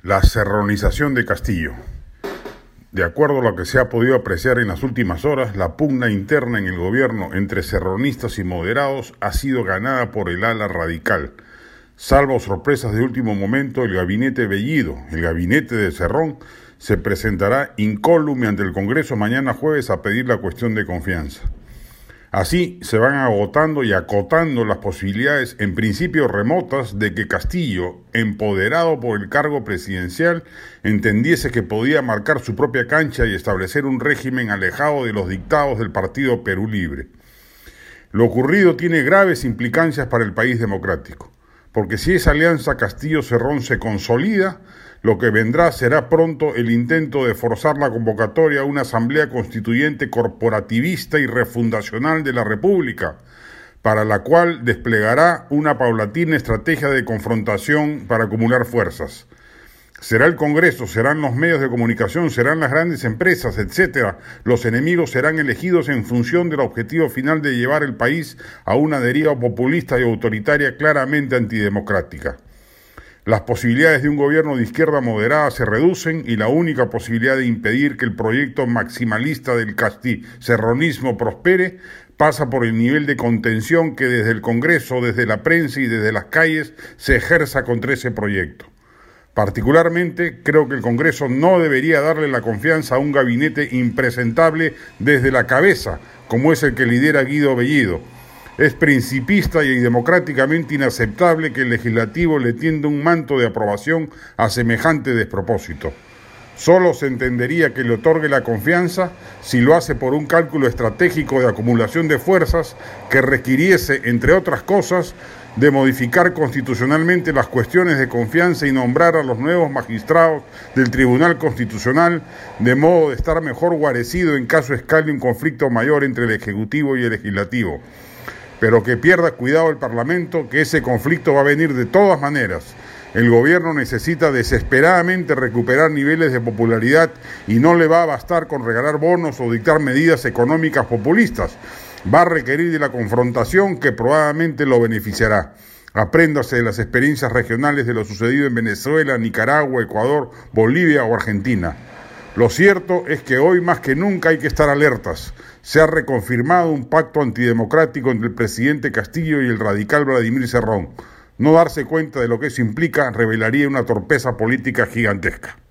La serronización de Castillo. De acuerdo a lo que se ha podido apreciar en las últimas horas, la pugna interna en el gobierno entre serronistas y moderados ha sido ganada por el ala radical. Salvo sorpresas de último momento, el gabinete Bellido, el gabinete de Cerrón, se presentará incólume ante el Congreso mañana jueves a pedir la cuestión de confianza. Así se van agotando y acotando las posibilidades, en principio remotas, de que Castillo, empoderado por el cargo presidencial, entendiese que podía marcar su propia cancha y establecer un régimen alejado de los dictados del Partido Perú Libre. Lo ocurrido tiene graves implicancias para el país democrático, porque si esa alianza Castillo-Cerrón se consolida, lo que vendrá será pronto el intento de forzar la convocatoria a una asamblea constituyente corporativista y refundacional de la República, para la cual desplegará una paulatina estrategia de confrontación para acumular fuerzas. Será el Congreso, serán los medios de comunicación, serán las grandes empresas, etc. Los enemigos serán elegidos en función del objetivo final de llevar el país a una deriva populista y autoritaria claramente antidemocrática. Las posibilidades de un gobierno de izquierda moderada se reducen y la única posibilidad de impedir que el proyecto maximalista del serronismo prospere pasa por el nivel de contención que desde el Congreso, desde la prensa y desde las calles se ejerza contra ese proyecto. Particularmente, creo que el Congreso no debería darle la confianza a un gabinete impresentable desde la cabeza, como es el que lidera Guido Bellido. Es principista y democráticamente inaceptable que el legislativo le tienda un manto de aprobación a semejante despropósito. Solo se entendería que le otorgue la confianza si lo hace por un cálculo estratégico de acumulación de fuerzas que requiriese, entre otras cosas, de modificar constitucionalmente las cuestiones de confianza y nombrar a los nuevos magistrados del Tribunal Constitucional de modo de estar mejor guarecido en caso escale un conflicto mayor entre el Ejecutivo y el Legislativo. Pero que pierda cuidado el Parlamento, que ese conflicto va a venir de todas maneras. El gobierno necesita desesperadamente recuperar niveles de popularidad y no le va a bastar con regalar bonos o dictar medidas económicas populistas. Va a requerir de la confrontación que probablemente lo beneficiará. Apréndase de las experiencias regionales de lo sucedido en Venezuela, Nicaragua, Ecuador, Bolivia o Argentina. Lo cierto es que hoy más que nunca hay que estar alertas. Se ha reconfirmado un pacto antidemocrático entre el presidente Castillo y el radical Vladimir Cerrón. No darse cuenta de lo que eso implica revelaría una torpeza política gigantesca.